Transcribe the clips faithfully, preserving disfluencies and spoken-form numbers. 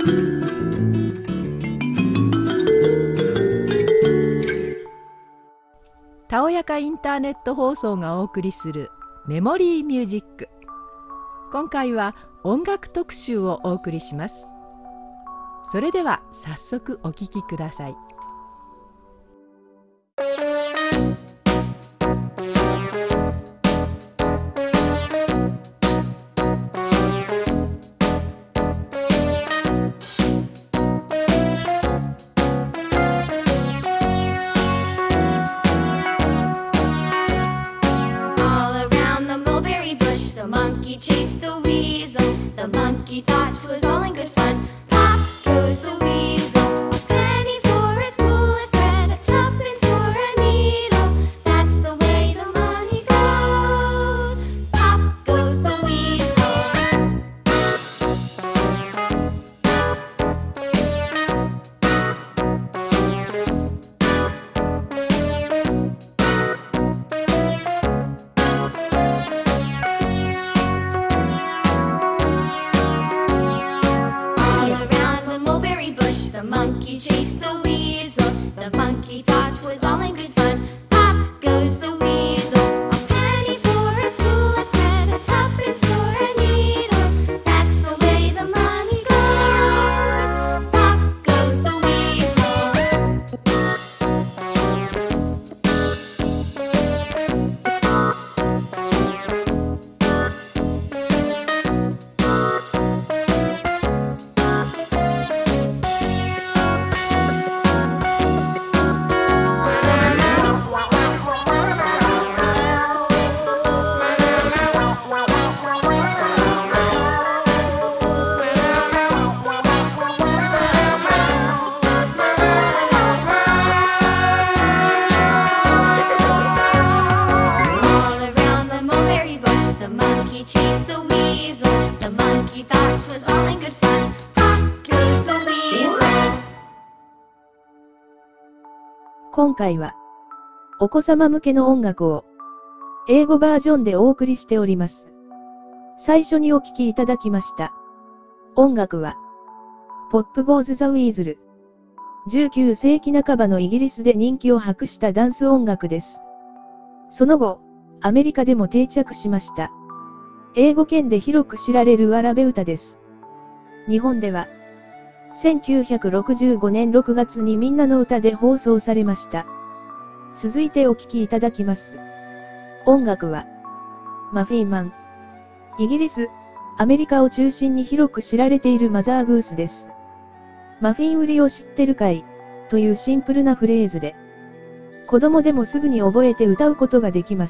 たおやかインターネット放送がお送りするメモリーミュージック。今回は音楽特集をお送りします。それでは早速お聴きください。 Chased the weasel. The monkey thought it was all in good fun. Pop goes the weasel. A penny for a spool of thread, a tuppence for a needle. That's the way the money goes. Pop goes the weasel. The monkey chased the weasel. The monkey thought it was all in good fun. Pop goes the weasel. A penny for a spool of thread, a tuppence for a needle. That's the way the money goes. Pop goes the weasel. Chased the weasel. The monkey thought it was all in good fun. Pop goes the weasel. 今回はお子様向けの音楽を英語バージョンでお送りしております。最初にお聴きいただきました音楽は Pop Goes the Weasel。じゅうきゅうせいき半ばのイギリスで人気を博したダンス音楽です。その後、アメリカでも定着しました。英語圏で広く知られるわらべ歌です。日本では、せんきゅうひゃくろくじゅうごねんろくがつにみんなの歌で放送されました。続いてお聴きいただきます。音楽は、マフィンマン。イギリス、アメリカを中心に広く知られているマザーグースです。マフィン売りを知ってるかいというシンプルなフレーズで、子供でもすぐに覚えて歌うことができます。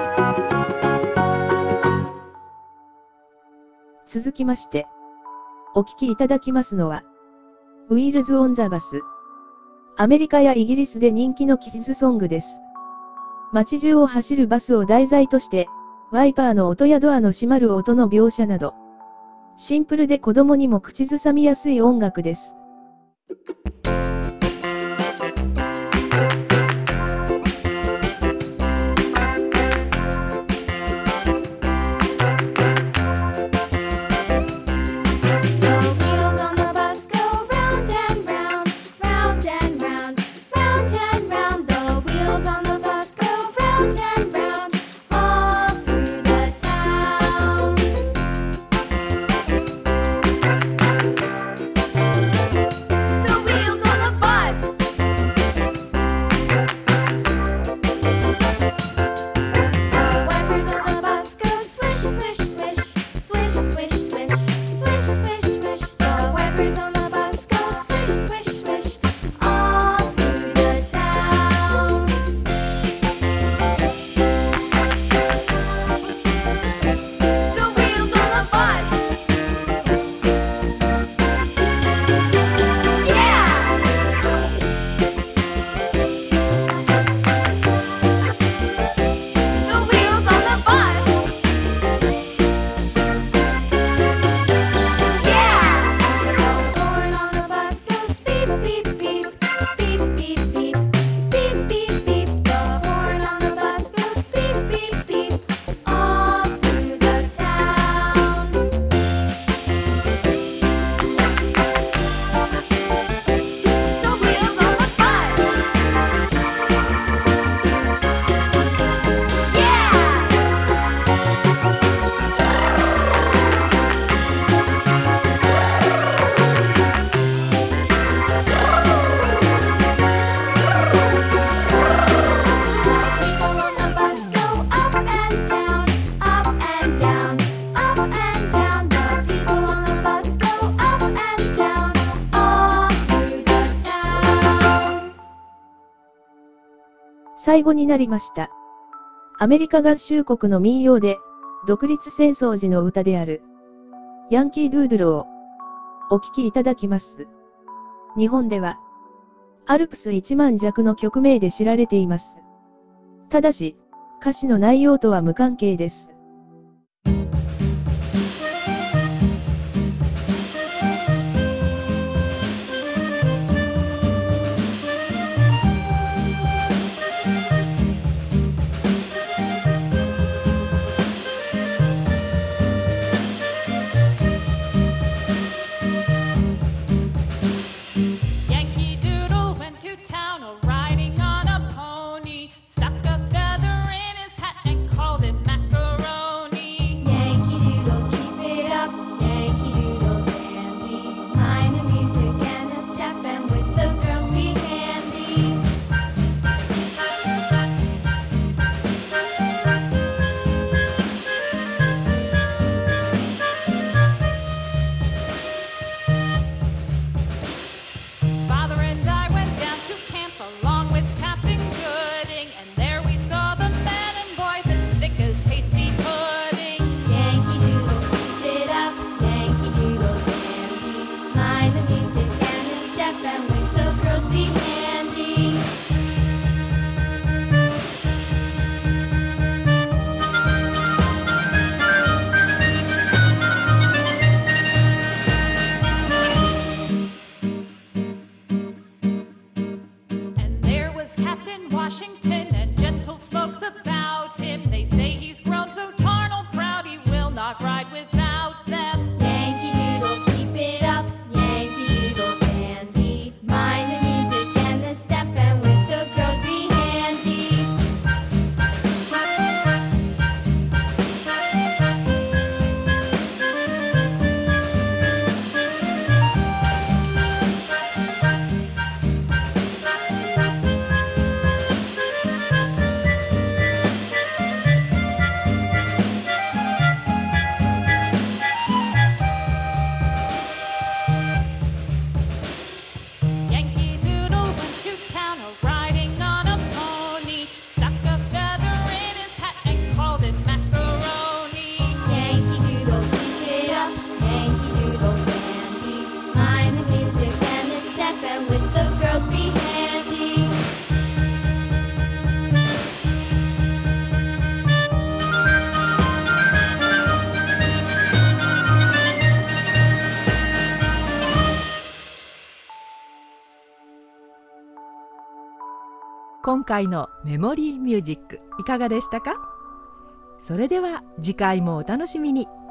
続きまして、 お聴きいただきますのは、ウィールズ・オン・ザ・バス。アメリカやイギリスで人気のキッズソングです。街中を走るバスを題材として、ワイパーの音やドアの閉まる音の描写など、シンプルで子供にも口ずさみやすい音楽です。最後になりました。アメリカ合衆国の民謡で、独立戦争時の歌である、ヤンキードゥードゥルを、お聴きいただきます。日本では、アルプスいちまん弱の曲名で知られています。ただし、歌詞の内容とは無関係です。 Riding on a pony, stuck a feather in his hat and called it macaroni. 今回のメモリーミュージックいかがでしたか？それでは次回もお楽しみに。